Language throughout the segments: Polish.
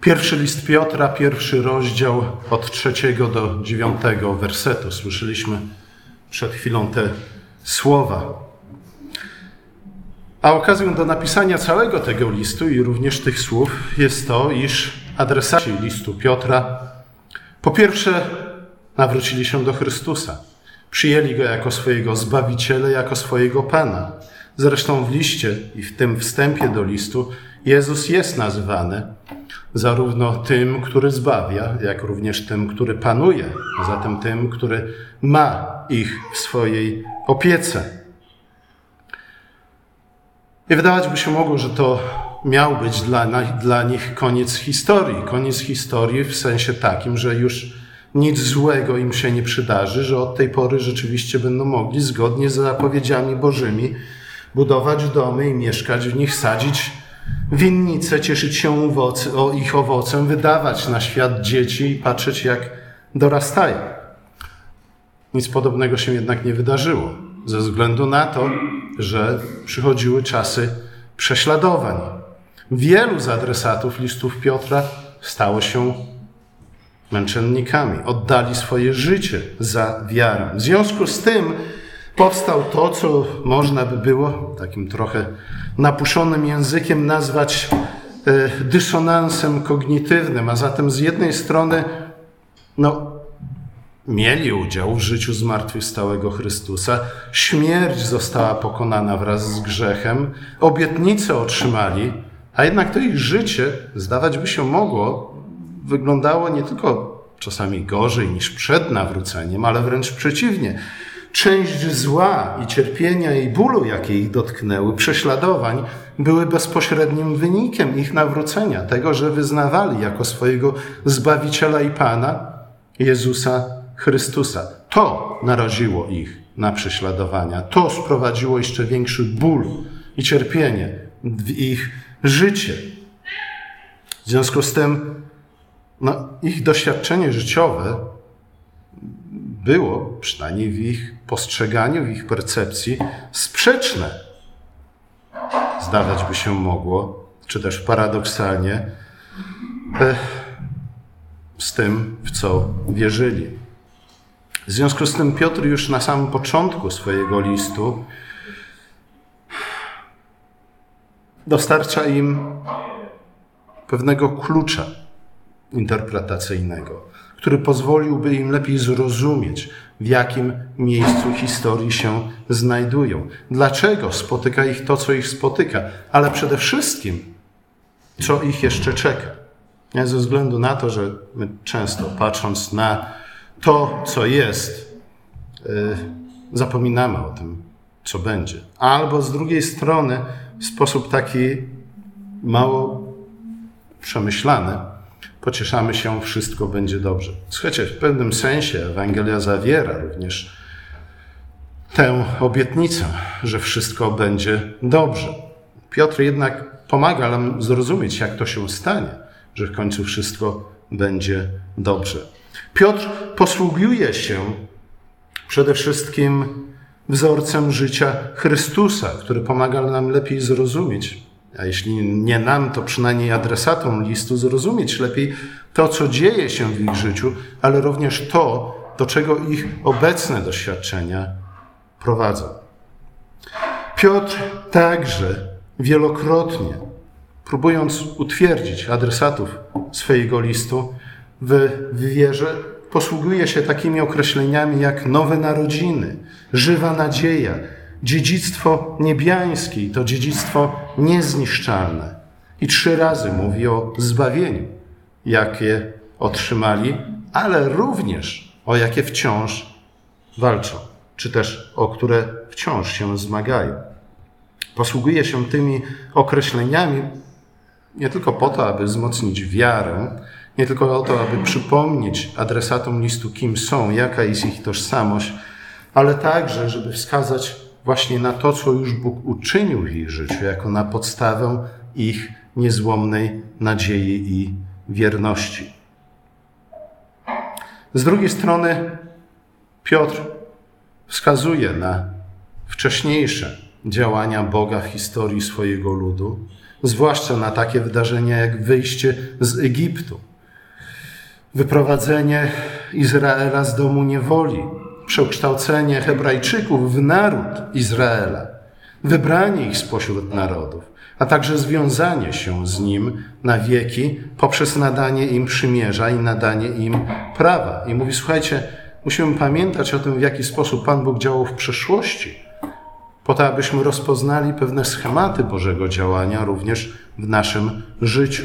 Pierwszy list Piotra, 1 rozdział od 3 do 9 wersetu. Słyszeliśmy przed chwilą te słowa. A okazją do napisania całego tego listu i również tych słów jest to, iż adresaci listu Piotra po pierwsze nawrócili się do Chrystusa. Przyjęli Go jako swojego Zbawiciela, jako swojego Pana. Zresztą w liście i w tym wstępie do listu Jezus jest nazywany zarówno tym, który zbawia, jak również tym, który panuje, a zatem tym, który ma ich w swojej opiece. I wydawać by się mogło, że to miał być dla nich koniec historii. Koniec historii w sensie takim, że już nic złego im się nie przydarzy, że od tej pory rzeczywiście będą mogli zgodnie z zapowiedziami Bożymi budować domy i mieszkać w nich, sadzić winnice, cieszyć się ich owocem, wydawać na świat dzieci i patrzeć, jak dorastają. Nic podobnego się jednak nie wydarzyło, ze względu na to, że przychodziły czasy prześladowań. Wielu z adresatów listów Piotra stało się męczennikami, oddali swoje życie za wiarę. W związku z tym powstał to, co można by było takim trochę napuszonym językiem nazwać dysonansem kognitywnym, a zatem z jednej strony mieli udział w życiu zmartwychwstałego Chrystusa, śmierć została pokonana wraz z grzechem, obietnice otrzymali, a jednak to ich życie, zdawać by się mogło, wyglądało nie tylko czasami gorzej niż przed nawróceniem, ale wręcz przeciwnie. Część zła i cierpienia i bólu, jakie ich dotknęły, prześladowań, były bezpośrednim wynikiem ich nawrócenia, tego, że wyznawali jako swojego Zbawiciela i Pana Jezusa Chrystusa. To naraziło ich na prześladowania. To sprowadziło jeszcze większy ból i cierpienie w ich życie. W związku z tym ich doświadczenie życiowe było, przynajmniej w ich postrzeganiu, w ich percepcji, sprzeczne. Zdawać by się mogło, czy też paradoksalnie, z tym, w co wierzyli. W związku z tym Piotr już na samym początku swojego listu dostarcza im pewnego klucza interpretacyjnego, który pozwoliłby im lepiej zrozumieć, w jakim miejscu historii się znajdują. Dlaczego spotyka ich to, co ich spotyka, ale przede wszystkim, co ich jeszcze czeka. Ze względu na to, że my często patrząc na to, co jest, zapominamy o tym, co będzie. Albo z drugiej strony w sposób taki mało przemyślany pocieszamy się, wszystko będzie dobrze. Słuchajcie, w pewnym sensie Ewangelia zawiera również tę obietnicę, że wszystko będzie dobrze. Piotr jednak pomaga nam zrozumieć, jak to się stanie, że w końcu wszystko będzie dobrze. Piotr posługuje się przede wszystkim wzorcem życia Chrystusa, który pomaga nam lepiej zrozumieć, a jeśli nie nam, to przynajmniej adresatom listu, zrozumieć lepiej to, co dzieje się w ich życiu, ale również to, do czego ich obecne doświadczenia prowadzą. Piotr także wielokrotnie, próbując utwierdzić adresatów swojego listu w wierze, posługuje się takimi określeniami jak nowe narodziny, żywa nadzieja, dziedzictwo niebiańskie, to dziedzictwo niezniszczalne. I 3 razy mówi o zbawieniu, jakie otrzymali, ale również o jakie wciąż walczą, czy też o które wciąż się zmagają. Posługuje się tymi określeniami nie tylko po to, aby wzmocnić wiarę, nie tylko o to, aby przypomnieć adresatom listu, kim są, jaka jest ich tożsamość, ale także, żeby wskazać właśnie na to, co już Bóg uczynił w ich życiu, jako na podstawę ich niezłomnej nadziei i wierności. Z drugiej strony Piotr wskazuje na wcześniejsze działania Boga w historii swojego ludu, zwłaszcza na takie wydarzenia jak wyjście z Egiptu, wyprowadzenie Izraela z domu niewoli, przekształcenie Hebrajczyków w naród Izraela, wybranie ich spośród narodów, a także związanie się z Nim na wieki poprzez nadanie im przymierza i nadanie im prawa. I mówi, słuchajcie, musimy pamiętać o tym, w jaki sposób Pan Bóg działał w przeszłości, po to, abyśmy rozpoznali pewne schematy Bożego działania również w naszym życiu.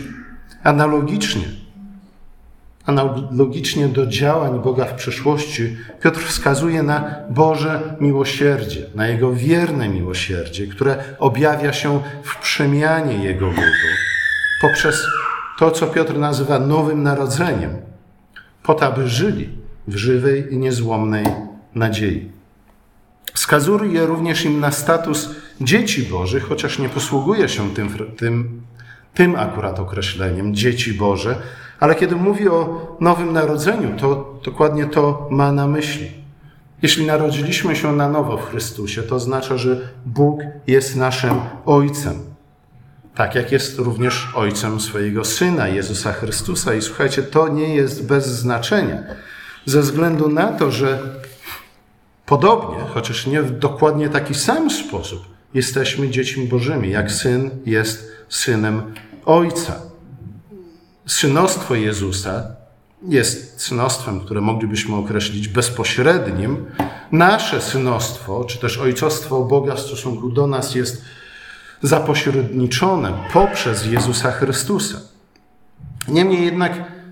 Analogicznie do działań Boga w przeszłości, Piotr wskazuje na Boże miłosierdzie, na Jego wierne miłosierdzie, które objawia się w przemianie Jego ludu poprzez to, co Piotr nazywa nowym narodzeniem, po to, aby żyli w żywej i niezłomnej nadziei. Wskazuje również im na status dzieci Bożych, chociaż nie posługuje się tym akurat określeniem, dzieci Boże, ale kiedy mówi o nowym narodzeniu, to dokładnie to ma na myśli. Jeśli narodziliśmy się na nowo w Chrystusie, to oznacza, że Bóg jest naszym Ojcem. Tak jak jest również Ojcem swojego Syna, Jezusa Chrystusa. I słuchajcie, to nie jest bez znaczenia. Ze względu na to, że podobnie, chociaż nie w dokładnie taki sam sposób, jesteśmy dziećmi Bożymi, jak Syn jest Synem Ojca. Synostwo Jezusa jest synostwem, które moglibyśmy określić bezpośrednim. Nasze synostwo, czy też ojcostwo Boga w stosunku do nas jest zapośredniczone poprzez Jezusa Chrystusa. Niemniej jednak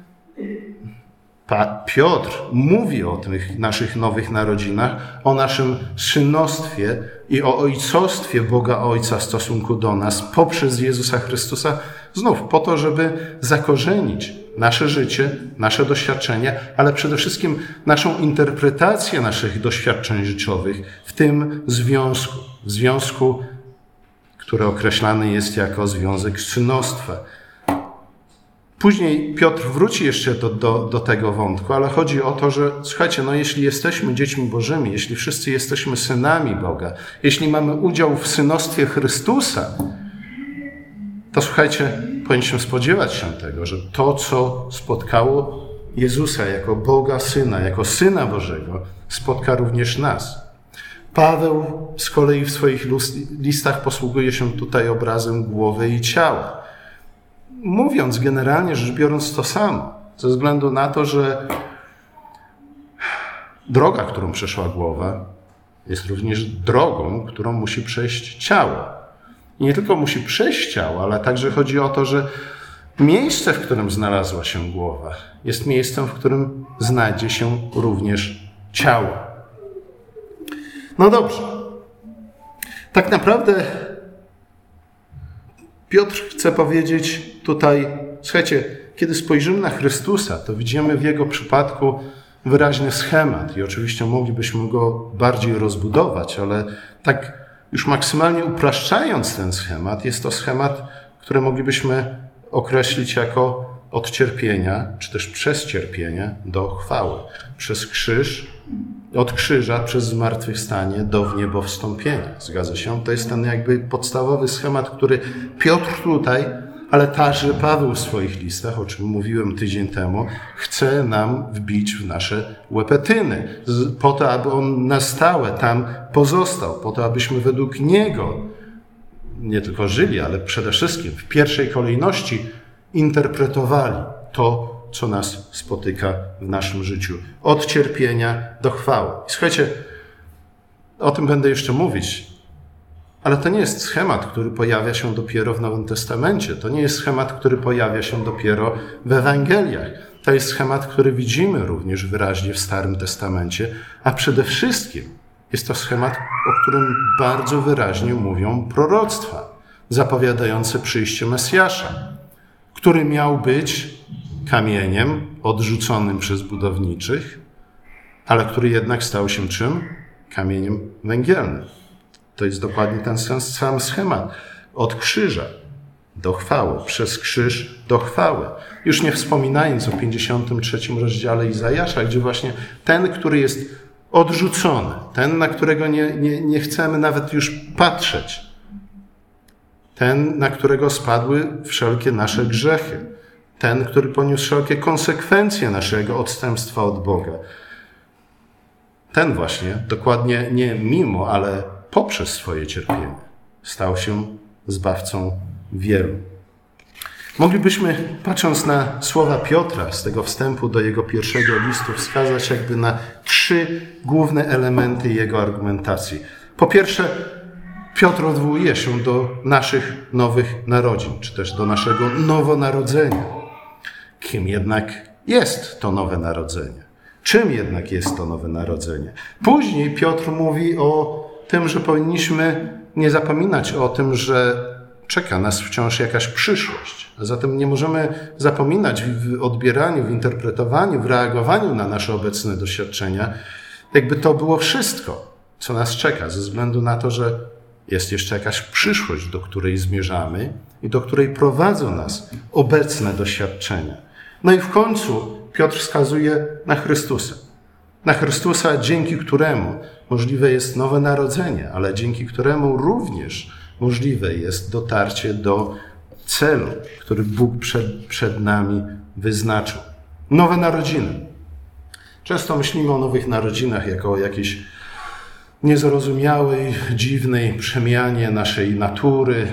Piotr mówi o tych naszych nowych narodzinach, o naszym synostwie i o ojcostwie Boga Ojca w stosunku do nas poprzez Jezusa Chrystusa, znów po to, żeby zakorzenić nasze życie, nasze doświadczenia, ale przede wszystkim naszą interpretację naszych doświadczeń życiowych w tym związku, który określany jest jako związek synostwa. Później Piotr wróci jeszcze do tego wątku, ale chodzi o to, że słuchajcie, jeśli jesteśmy dziećmi Bożymi, jeśli wszyscy jesteśmy synami Boga, jeśli mamy udział w synostwie Chrystusa, to słuchajcie, powinniśmy spodziewać się tego, że to, co spotkało Jezusa jako Boga Syna, jako Syna Bożego, spotka również nas. Paweł z kolei w swoich listach posługuje się tutaj obrazem głowy i ciała. Mówiąc generalnie rzecz biorąc to samo, ze względu na to, że droga, którą przeszła głowa, jest również drogą, którą musi przejść ciało. I nie tylko musi przejść ciało, ale także chodzi o to, że miejsce, w którym znalazła się głowa, jest miejscem, w którym znajdzie się również ciało. No dobrze. Tak naprawdę Piotr chce powiedzieć tutaj, słuchajcie, kiedy spojrzymy na Chrystusa, to widzimy w Jego przypadku wyraźny schemat i oczywiście moglibyśmy go bardziej rozbudować, ale tak już maksymalnie upraszczając ten schemat, jest to schemat, który moglibyśmy określić jako od cierpienia, czy też przez cierpienie do chwały. Przez krzyż, od krzyża przez zmartwychwstanie do wniebowstąpienia. Zgadza się? To jest ten jakby podstawowy schemat, który Piotr tutaj, ale także Paweł w swoich listach, o czym mówiłem tydzień temu, chce nam wbić w nasze łepetyny, po to, aby on na stałe tam pozostał, po to, abyśmy według niego nie tylko żyli, ale przede wszystkim w pierwszej kolejności interpretowali to, co nas spotyka w naszym życiu. Od cierpienia do chwały. I słuchajcie, o tym będę jeszcze mówić, ale to nie jest schemat, który pojawia się dopiero w Nowym Testamencie. To nie jest schemat, który pojawia się dopiero w Ewangeliach. To jest schemat, który widzimy również wyraźnie w Starym Testamencie, a przede wszystkim jest to schemat, o którym bardzo wyraźnie mówią proroctwa, zapowiadające przyjście Mesjasza, który miał być kamieniem odrzuconym przez budowniczych, ale który jednak stał się czym? Kamieniem węgielnym. To jest dokładnie ten sam schemat. Od krzyża do chwały, przez krzyż do chwały. Już nie wspominając o 53 rozdziale Izajasza, gdzie właśnie ten, który jest odrzucony, ten, na którego nie chcemy nawet już patrzeć, ten, na którego spadły wszelkie nasze grzechy, ten, który poniósł wszelkie konsekwencje naszego odstępstwa od Boga. Ten właśnie, dokładnie nie mimo, ale poprzez swoje cierpienie, stał się zbawcą wielu. Moglibyśmy, patrząc na słowa Piotra z tego wstępu do jego pierwszego listu, wskazać jakby na 3 główne elementy jego argumentacji. Po pierwsze, Piotr odwołuje się do naszych nowych narodzin, czy też do naszego nowonarodzenia. Kim jednak jest to nowe narodzenie? Czym jednak jest to nowe narodzenie? Później Piotr mówi o tym, że powinniśmy nie zapominać o tym, że czeka nas wciąż jakaś przyszłość. A zatem nie możemy zapominać w odbieraniu, w interpretowaniu, w reagowaniu na nasze obecne doświadczenia, jakby to było wszystko, co nas czeka, ze względu na to, że jest jeszcze jakaś przyszłość, do której zmierzamy i do której prowadzą nas obecne doświadczenia. No i w końcu Piotr wskazuje na Chrystusa. Na Chrystusa, dzięki któremu możliwe jest nowe narodzenie, ale dzięki któremu również możliwe jest dotarcie do celu, który Bóg przed nami wyznaczył. Nowe narodziny. Często myślimy o nowych narodzinach jako o jakiejś niezrozumiałej, dziwnej przemianie naszej natury.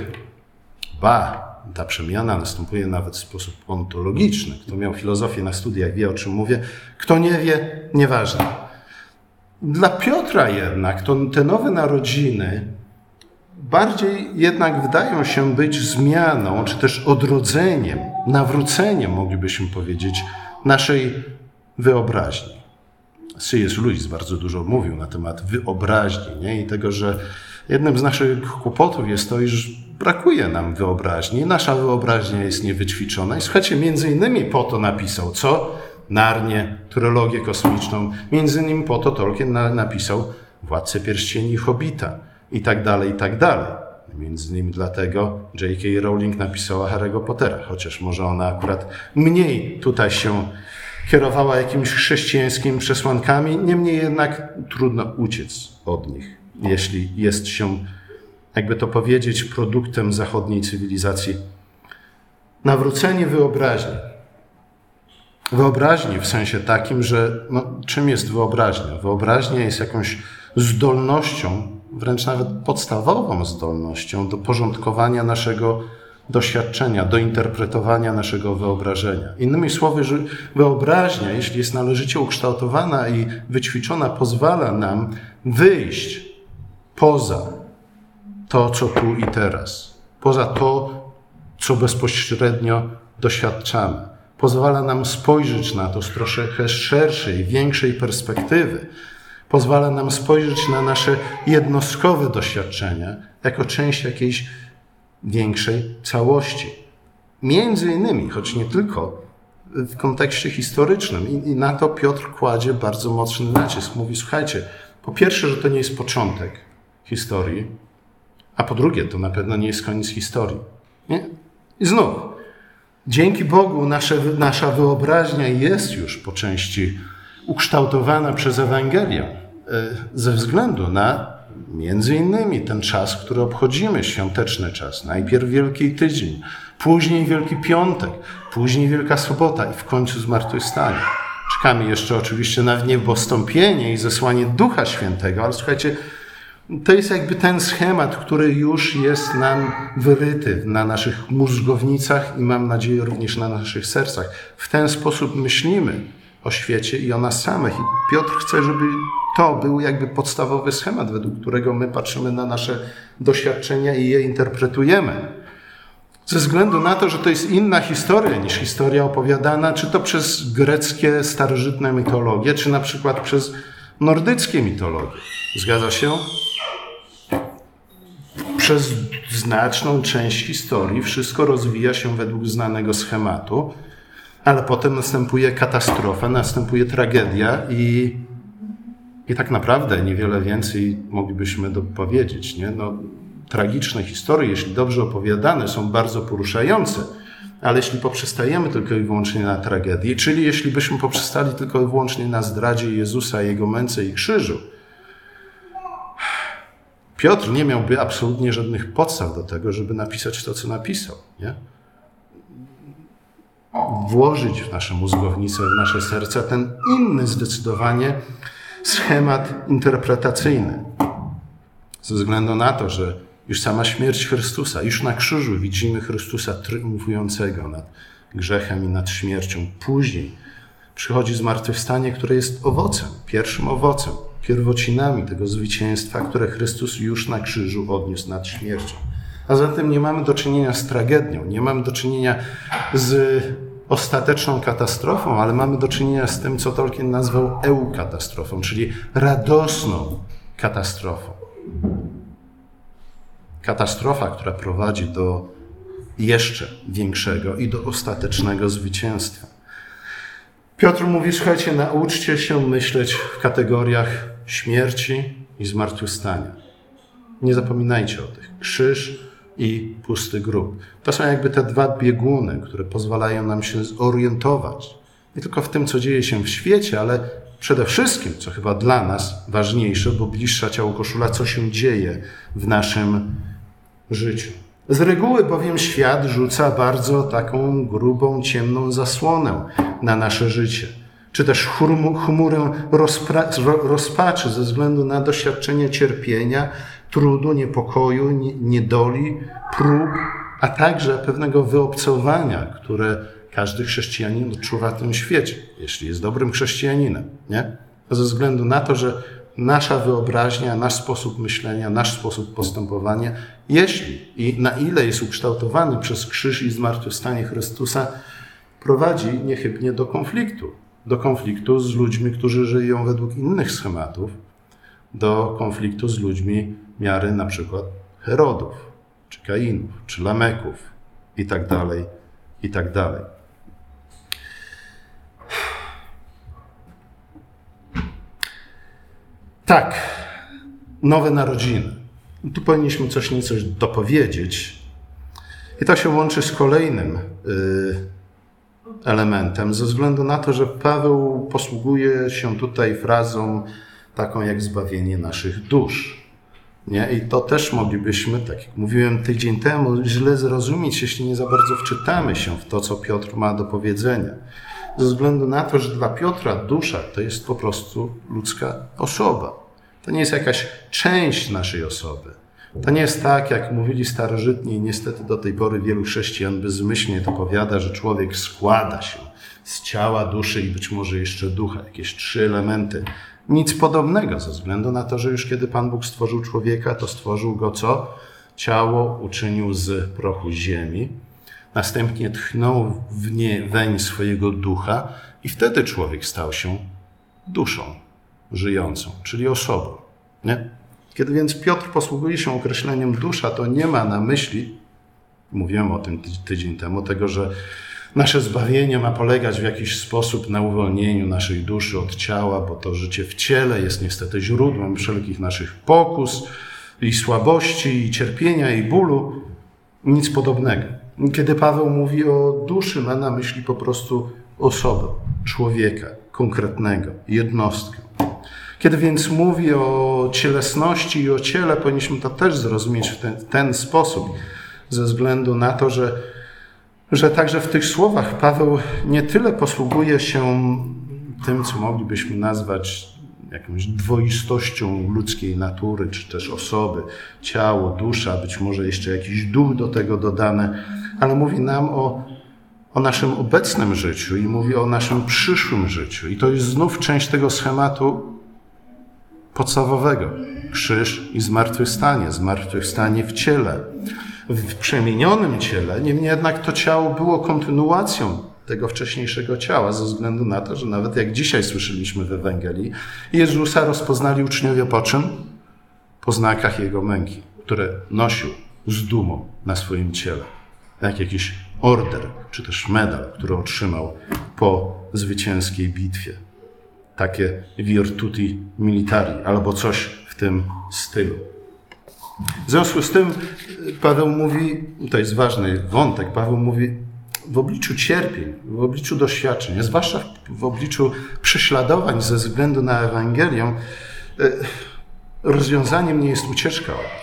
Ta przemiana następuje nawet w sposób ontologiczny. Kto miał filozofię na studiach, wie, o czym mówię. Kto nie wie, nieważne. Dla Piotra jednak te nowe narodziny bardziej jednak wydają się być zmianą, czy też odrodzeniem, nawróceniem, moglibyśmy powiedzieć, naszej wyobraźni. C.S. Lewis bardzo dużo mówił na temat wyobraźni, nie? I tego, że jednym z naszych kłopotów jest to, iż brakuje nam wyobraźni. Nasza wyobraźnia jest niewyćwiczona. I słuchajcie, między innymi po to napisał co? Narnię, trylogię kosmiczną. Między innymi po to Tolkien napisał Władcę Pierścieni i Hobbita. I tak dalej, i tak dalej. Między innymi dlatego J.K. Rowling napisała Harry'ego Pottera, chociaż może ona akurat mniej tutaj się kierowała jakimiś chrześcijańskimi przesłankami, niemniej jednak trudno uciec od nich, jeśli jest się, jakby to powiedzieć, produktem zachodniej cywilizacji. Nawrócenie wyobraźni. Wyobraźni w sensie takim, że czym jest wyobraźnia? Wyobraźnia jest jakąś zdolnością, wręcz nawet podstawową zdolnością do porządkowania naszego doświadczenia, do interpretowania naszego wyobrażenia. Innymi słowy, że wyobraźnia, jeśli jest należycie ukształtowana i wyćwiczona, pozwala nam wyjść poza to, co tu i teraz, poza to, co bezpośrednio doświadczamy. Pozwala nam spojrzeć na to z troszkę szerszej, większej perspektywy. Pozwala nam spojrzeć na nasze jednostkowe doświadczenia jako część jakiejś większej całości. Między innymi, choć nie tylko, w kontekście historycznym. I na to Piotr kładzie bardzo mocny nacisk. Mówi, słuchajcie, po pierwsze, że to nie jest początek historii, a po drugie, to na pewno nie jest koniec historii. Nie? I znów, dzięki Bogu nasza wyobraźnia jest już po części ukształtowana przez Ewangelię ze względu na między innymi ten czas, który obchodzimy, świąteczny czas. Najpierw Wielki Tydzień, później Wielki Piątek, później Wielka Sobota i w końcu zmartwychwstanie. Czekamy jeszcze oczywiście na niebostąpienie i zesłanie Ducha Świętego, ale słuchajcie, to jest jakby ten schemat, który już jest nam wyryty na naszych mózgownicach i mam nadzieję również na naszych sercach. W ten sposób myślimy o świecie i o nas samych. I Piotr chce, żeby to był jakby podstawowy schemat, według którego my patrzymy na nasze doświadczenia i je interpretujemy. Ze względu na to, że to jest inna historia niż historia opowiadana, czy to przez greckie, starożytne mitologie, czy na przykład przez nordyckie mitologie. Zgadza się? Przez znaczną część historii wszystko rozwija się według znanego schematu, ale potem następuje katastrofa, następuje tragedia i tak naprawdę niewiele więcej moglibyśmy powiedzieć. Nie? Tragiczne historie, jeśli dobrze opowiadane, są bardzo poruszające, ale jeśli poprzestajemy tylko i wyłącznie na tragedii, czyli jeśli byśmy poprzestali tylko i wyłącznie na zdradzie Jezusa, Jego męce i krzyżu, Piotr nie miałby absolutnie żadnych podstaw do tego, żeby napisać to, co napisał. Nie? Włożyć w nasze mózgownice, w nasze serca ten inny zdecydowanie schemat interpretacyjny. Ze względu na to, że już sama śmierć Chrystusa, już na krzyżu widzimy Chrystusa triumfującego nad grzechem i nad śmiercią. Później przychodzi zmartwychwstanie, które jest owocem, pierwszym owocem, pierwocinami tego zwycięstwa, które Chrystus już na krzyżu odniósł nad śmiercią. A zatem nie mamy do czynienia z tragedią, nie mamy do czynienia z ostateczną katastrofą, ale mamy do czynienia z tym, co Tolkien nazwał eukatastrofą, czyli radosną katastrofą. Katastrofa, która prowadzi do jeszcze większego i do ostatecznego zwycięstwa. Piotr mówi, słuchajcie, nauczcie się myśleć w kategoriach śmierci i zmartwychwstania. Nie zapominajcie o tych. Krzyż i pusty grób. To są jakby te dwa bieguny, które pozwalają nam się zorientować nie tylko w tym, co dzieje się w świecie, ale przede wszystkim, co chyba dla nas ważniejsze, bo bliższa ciału koszula, co się dzieje w naszym życiu. Z reguły bowiem świat rzuca bardzo taką grubą, ciemną zasłonę na nasze życie. Czy też chmurę rozpaczy ze względu na doświadczenie cierpienia, trudu, niepokoju, niedoli, prób, a także pewnego wyobcowania, które każdy chrześcijanin odczuwa w tym świecie, jeśli jest dobrym chrześcijaninem. Nie? Ze względu na to, że nasza wyobraźnia, nasz sposób myślenia, nasz sposób postępowania, jeśli i na ile jest ukształtowany przez krzyż i zmartwychwstanie Chrystusa, prowadzi niechybnie do konfliktu. Do konfliktu z ludźmi, którzy żyją według innych schematów, do konfliktu z ludźmi miary na przykład Herodów, czy Kainów, czy Lameków i tak dalej, i tak dalej. Tak, nowe narodziny. Tu powinniśmy coś nieco dopowiedzieć. I to się łączy z kolejnym elementem, ze względu na to, że Paweł posługuje się tutaj frazą taką jak zbawienie naszych dusz. Nie? I to też moglibyśmy, tak jak mówiłem tydzień temu, źle zrozumieć, jeśli nie za bardzo wczytamy się w to, co Piotr ma do powiedzenia. Ze względu na to, że dla Piotra dusza to jest po prostu ludzka osoba. To nie jest jakaś część naszej osoby. To nie jest tak, jak mówili starożytni i niestety do tej pory wielu chrześcijan bezmyślnie to powiada, że człowiek składa się z ciała, duszy i być może jeszcze ducha. Jakieś 3 elementy. Nic podobnego, ze względu na to, że już kiedy Pan Bóg stworzył człowieka, to stworzył go co? Ciało uczynił z prochu ziemi. Następnie tchnął weń swojego ducha i wtedy człowiek stał się duszą żyjącą, czyli osobą. Nie? Kiedy więc Piotr posługuje się określeniem dusza, to nie ma na myśli, mówiłem o tym tydzień temu, tego, że nasze zbawienie ma polegać w jakiś sposób na uwolnieniu naszej duszy od ciała, bo to życie w ciele jest niestety źródłem wszelkich naszych pokus i słabości, i cierpienia, i bólu. Nic podobnego. Kiedy Paweł mówi o duszy, ma na myśli po prostu osobę, człowieka, konkretnego, jednostkę. Kiedy więc mówi o cielesności i o ciele, powinniśmy to też zrozumieć w ten sposób, ze względu na to, że także w tych słowach Paweł nie tyle posługuje się tym, co moglibyśmy nazwać jakąś dwoistością ludzkiej natury, czy też osoby, ciało, dusza, być może jeszcze jakiś duch do tego dodany, ale mówi nam o naszym obecnym życiu i mówi o naszym przyszłym życiu. I to jest znów część tego schematu podstawowego. Krzyż i zmartwychwstanie w ciele. W przemienionym ciele, niemniej jednak to ciało było kontynuacją tego wcześniejszego ciała, ze względu na to, że nawet jak dzisiaj słyszeliśmy w Ewangelii, Jezusa rozpoznali uczniowie po czym? Po znakach Jego męki, które nosił z dumą na swoim ciele. Jak jakiś order, czy też medal, który otrzymał po zwycięskiej bitwie. Takie virtuti militari, albo coś w tym stylu. W związku z tym Paweł mówi, to jest ważny wątek, Paweł mówi, w obliczu cierpień, w obliczu doświadczeń, zwłaszcza w obliczu prześladowań ze względu na Ewangelię, rozwiązaniem nie jest ucieczka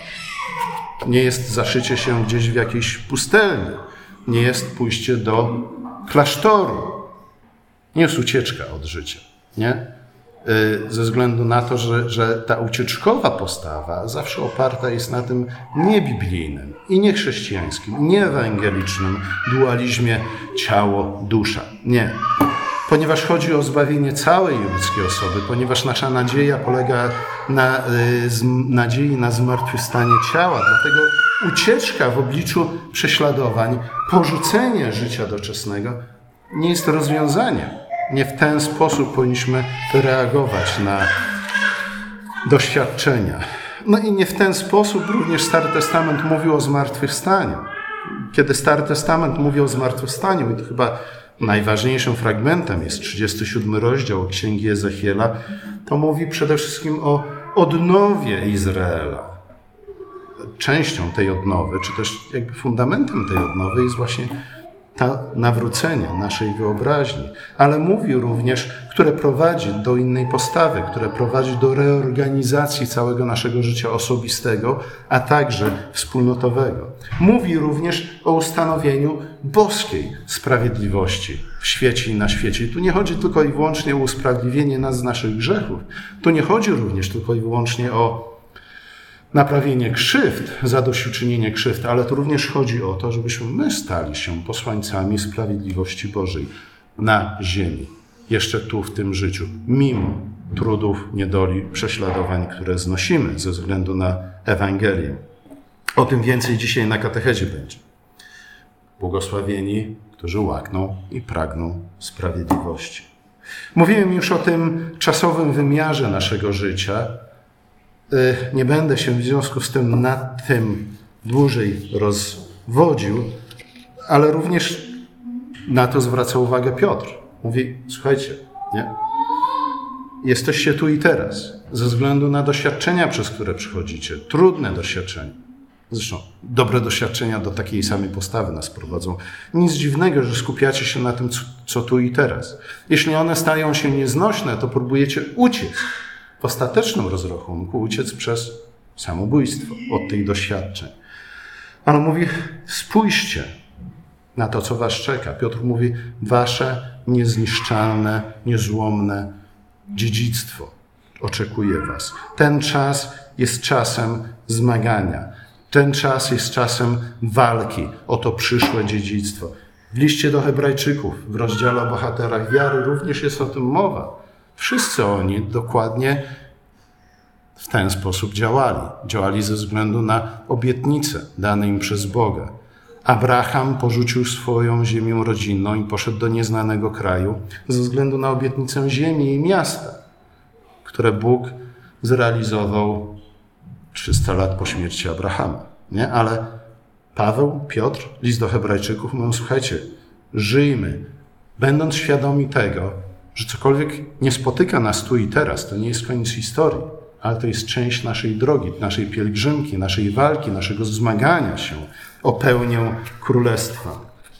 Nie jest zaszycie się gdzieś w jakiejś pustelni. Nie jest pójście do klasztoru. Nie jest ucieczka od życia. Nie? Ze względu na to, że ta ucieczkowa postawa zawsze oparta jest na tym niebiblijnym i niechrześcijańskim, nieewangelicznym dualizmie ciało-dusza. Nie. Ponieważ chodzi o zbawienie całej ludzkiej osoby, ponieważ nasza nadzieja polega na nadziei na zmartwychwstanie ciała, dlatego ucieczka w obliczu prześladowań, porzucenie życia doczesnego nie jest rozwiązaniem. Nie w ten sposób powinniśmy reagować na doświadczenia. No i nie w ten sposób również Stary Testament mówił o zmartwychwstaniu. Kiedy Stary Testament mówi o zmartwychwstaniu, i to chyba najważniejszym fragmentem jest 37 rozdział Księgi Ezechiela, to mówi przede wszystkim o odnowie Izraela. Częścią tej odnowy, czy też jakby fundamentem tej odnowy jest właśnie nawrócenie naszej wyobraźni, ale mówi również, które prowadzi do innej postawy, które prowadzi do reorganizacji całego naszego życia osobistego, a także wspólnotowego. Mówi również o ustanowieniu boskiej sprawiedliwości w świecie i na świecie. I tu nie chodzi tylko i wyłącznie o usprawiedliwienie nas z naszych grzechów. Tu nie chodzi również tylko i wyłącznie o naprawienie krzywd, zadośćuczynienie krzywd, ale tu również chodzi o to, żebyśmy my stali się posłańcami sprawiedliwości Bożej na ziemi, jeszcze tu w tym życiu, mimo trudów, niedoli, prześladowań, które znosimy ze względu na Ewangelię. O tym więcej dzisiaj na katechezie będzie. Błogosławieni, którzy łakną i pragną sprawiedliwości. Mówiłem już o tym czasowym wymiarze naszego życia. Nie będę się w związku z tym nad tym dłużej rozwodził, ale również na to zwraca uwagę Piotr. Mówi, słuchajcie, nie? Jesteście tu i teraz, ze względu na doświadczenia, przez które przychodzicie, trudne doświadczenia. Zresztą dobre doświadczenia do takiej samej postawy nas prowadzą. Nic dziwnego, że skupiacie się na tym, co tu i teraz. Jeśli one stają się nieznośne, to próbujecie uciec. W ostatecznym rozrachunku uciec przez samobójstwo od tych doświadczeń. Ale mówi, spójrzcie na to, co was czeka. Piotr mówi, wasze niezniszczalne, niezłomne dziedzictwo oczekuje was. Ten czas jest czasem zmagania. Ten czas jest czasem walki o to przyszłe dziedzictwo. W liście do Hebrajczyków, w rozdziale o bohaterach wiary również jest o tym mowa. Wszyscy oni dokładnie w ten sposób działali. Działali ze względu na obietnice dane im przez Boga. Abraham porzucił swoją ziemię rodzinną i poszedł do nieznanego kraju ze względu na obietnicę ziemi i miasta, które Bóg zrealizował 300 lat po śmierci Abrahama. Nie? Ale Paweł, Piotr, list do Hebrajczyków mówią, słuchajcie, żyjmy, będąc świadomi tego, że cokolwiek nie spotyka nas tu i teraz, to nie jest koniec historii, ale to jest część naszej drogi, naszej pielgrzymki, naszej walki, naszego zmagania się o pełnię Królestwa.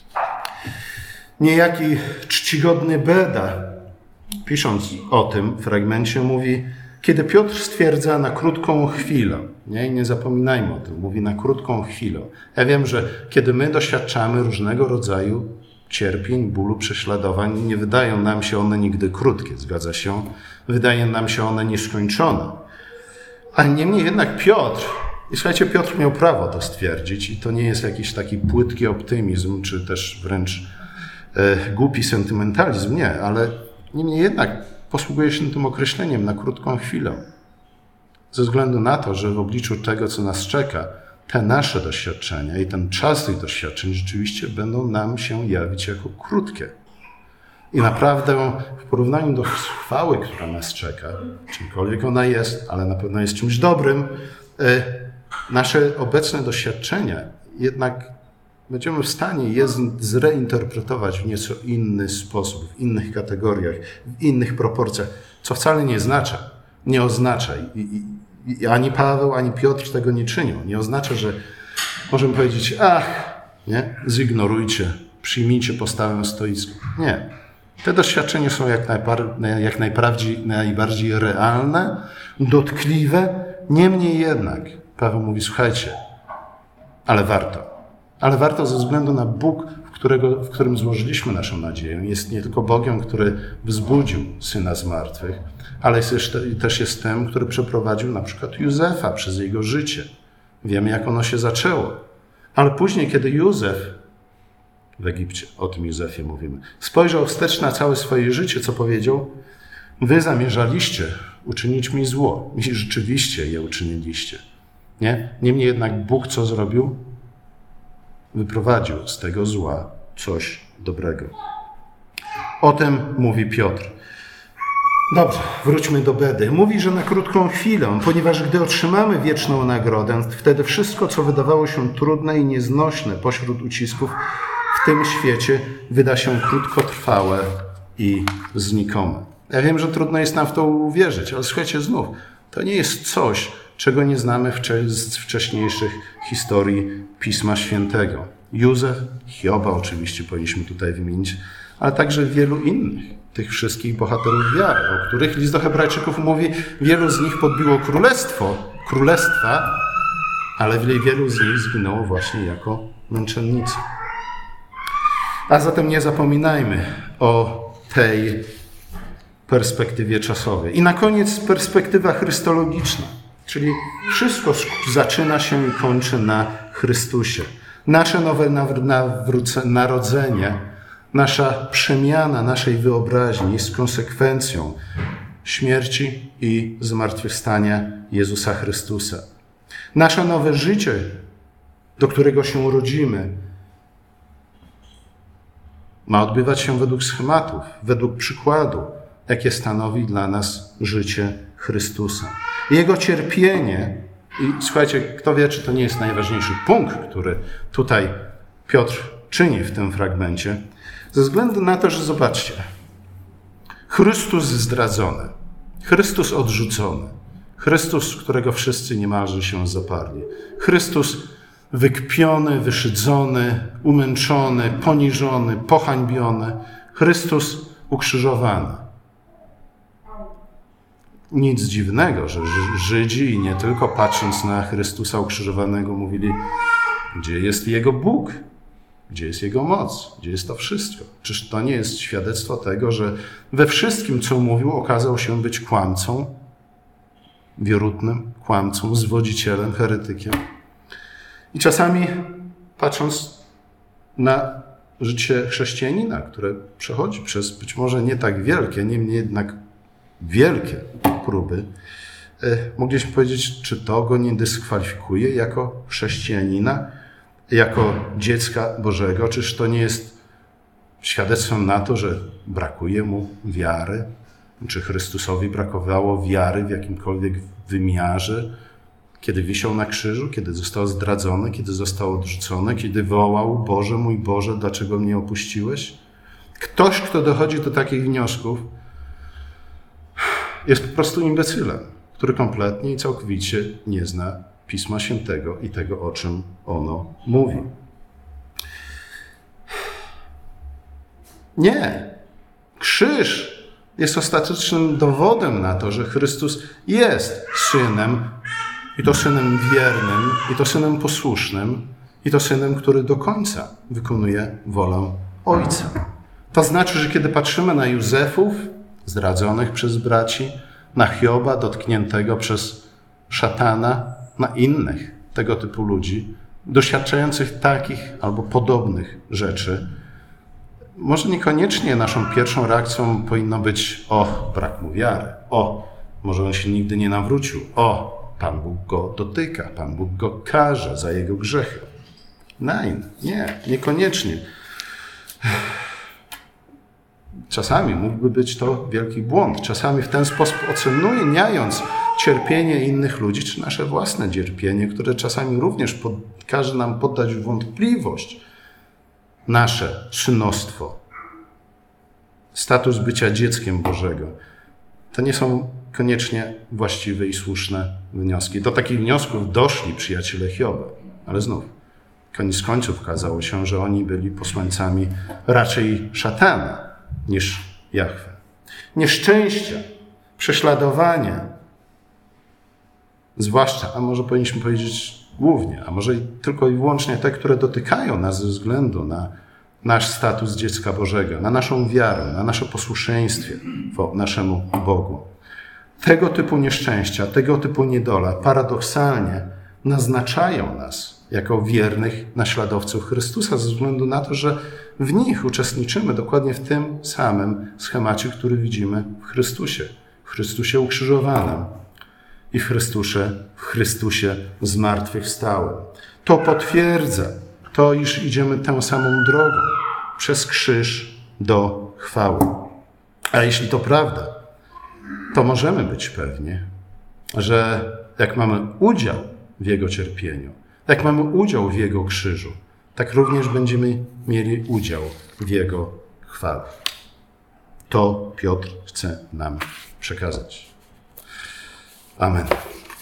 Niejaki czcigodny Beda, pisząc o tym fragmencie, mówi, kiedy Piotr stwierdza na krótką chwilę, nie zapominajmy o tym, mówi na krótką chwilę. Ja wiem, że kiedy my doświadczamy różnego rodzaju cierpień, bólu, prześladowań, nie wydają nam się one nigdy krótkie, zgadza się? Wydaje nam się one nieskończone. A niemniej jednak Piotr, i słuchajcie, Piotr miał prawo to stwierdzić i to nie jest jakiś taki płytki optymizm, czy też wręcz głupi sentymentalizm, nie, ale niemniej jednak posługuje się tym określeniem na krótką chwilę. Ze względu na to, że w obliczu tego, co nas czeka, te nasze doświadczenia i ten czas tych doświadczeń rzeczywiście będą nam się jawić jako krótkie. I naprawdę w porównaniu do chwały, która nas czeka, czymkolwiek ona jest, ale na pewno jest czymś dobrym, nasze obecne doświadczenia jednak będziemy w stanie je zreinterpretować w nieco inny sposób, w innych kategoriach, w innych proporcjach, co wcale nie oznacza i ani Paweł, ani Piotr tego nie czynią. Nie oznacza, że możemy powiedzieć, zignorujcie, przyjmijcie postawę stoicką. Nie. Te doświadczenia są jak najbardziej realne, dotkliwe. Niemniej jednak Paweł mówi, słuchajcie, ale warto. Ale warto ze względu na Bóg, w którym złożyliśmy naszą nadzieję. Jest nie tylko Bogiem, który wzbudził Syna z martwych, ale też jest tym, który przeprowadził na przykład Józefa przez jego życie. Wiemy, jak ono się zaczęło. Ale później, kiedy Józef w Egipcie, o tym Józefie mówimy, spojrzał wstecz na całe swoje życie, co powiedział? Wy zamierzaliście uczynić mi zło. I rzeczywiście je uczyniliście. Nie? Niemniej jednak Bóg co zrobił? Wyprowadził z tego zła coś dobrego. O tym mówi Piotr. Dobrze, wróćmy do Bedy. Mówi, że na krótką chwilę, ponieważ gdy otrzymamy wieczną nagrodę, wtedy wszystko, co wydawało się trudne i nieznośne pośród ucisków w tym świecie, wyda się krótkotrwałe i znikome. Ja wiem, że trudno jest nam w to uwierzyć, ale słuchajcie, znów, to nie jest coś, czego nie znamy z wcześniejszych historii Pisma Świętego. Józef, Hioba oczywiście powinniśmy tutaj wymienić, ale także wielu innych, tych wszystkich bohaterów wiary, o których list do Hebrajczyków mówi, wielu z nich podbiło królestwa, ale wielu z nich zginęło właśnie jako męczennicy. A zatem nie zapominajmy o tej perspektywie czasowej. I na koniec perspektywa chrystologiczna, czyli wszystko zaczyna się i kończy na Chrystusie. Nasze nowe narodzenie, nasza przemiana naszej wyobraźni jest konsekwencją śmierci i zmartwychwstania Jezusa Chrystusa. Nasze nowe życie, do którego się rodzimy, ma odbywać się według schematów, według przykładu, jakie stanowi dla nas życie Chrystusa. Jego cierpienie, i słuchajcie, kto wie, czy to nie jest najważniejszy punkt, który tutaj Piotr czyni w tym fragmencie, ze względu na to, że zobaczcie, Chrystus zdradzony, Chrystus odrzucony, Chrystus, którego wszyscy niemalże się zaparli, Chrystus wykpiony, wyszydzony, umęczony, poniżony, pohańbiony, Chrystus ukrzyżowany. Nic dziwnego, że Żydzi, i nie tylko patrząc na Chrystusa ukrzyżowanego, mówili, gdzie jest Jego Bóg, gdzie jest Jego moc, gdzie jest to wszystko. Czyż to nie jest świadectwo tego, że we wszystkim, co mówił, okazał się być kłamcą, wierutnym kłamcą, zwodzicielem, heretykiem. I czasami, patrząc na życie chrześcijanina, które przechodzi przez być może nie tak wielkie, niemniej jednak wielkie próby, mogliśmy powiedzieć, czy to go nie dyskwalifikuje jako chrześcijanina, jako dziecka Bożego, czyż to nie jest świadectwem na to, że brakuje mu wiary, czy Chrystusowi brakowało wiary w jakimkolwiek wymiarze, kiedy wisiał na krzyżu, kiedy został zdradzony, kiedy został odrzucony, kiedy wołał, Boże, mój Boże, dlaczego mnie opuściłeś? Ktoś, kto dochodzi do takich wniosków, jest po prostu imbecylem, który kompletnie i całkowicie nie zna Pisma Świętego i tego, o czym ono mówi. Nie. Krzyż jest ostatecznym dowodem na to, że Chrystus jest Synem, i to Synem wiernym, i to Synem posłusznym, i to Synem, który do końca wykonuje wolę Ojca. To znaczy, że kiedy patrzymy na Józefów, zdradzonych przez braci, na Hioba, dotkniętego przez szatana, na innych tego typu ludzi, doświadczających takich albo podobnych rzeczy, może niekoniecznie naszą pierwszą reakcją powinno być brak mu wiary, może on się nigdy nie nawrócił, Pan Bóg go dotyka, Pan Bóg go karze za jego grzechy. Nein, nie, niekoniecznie. Czasami mógłby być to wielki błąd. Czasami w ten sposób oceniając cierpienie innych ludzi, czy nasze własne cierpienie, które czasami również każe nam poddać w wątpliwość nasze synostwo, status bycia dzieckiem Bożego. To nie są koniecznie właściwe i słuszne wnioski. Do takich wniosków doszli przyjaciele Hioba, ale znów, koniec końców okazało się, że oni byli posłańcami raczej szatana niż Jahwe. Nieszczęścia, prześladowania, zwłaszcza, a może powinniśmy powiedzieć głównie, a może tylko i wyłącznie te, które dotykają nas ze względu na nasz status dziecka Bożego, na naszą wiarę, na nasze posłuszeństwie naszemu Bogu. Tego typu nieszczęścia, tego typu niedola paradoksalnie naznaczają nas jako wiernych naśladowców Chrystusa ze względu na to, że w nich uczestniczymy dokładnie w tym samym schemacie, który widzimy w Chrystusie ukrzyżowanym i w Chrystusie zmartwychwstałym. To potwierdza to, iż idziemy tą samą drogą przez krzyż do chwały. A jeśli to prawda, to możemy być pewni, że jak mamy udział w Jego cierpieniu, jak mamy udział w Jego krzyżu, tak również będziemy mieli udział w Jego chwale. To Piotr chce nam przekazać. Amen.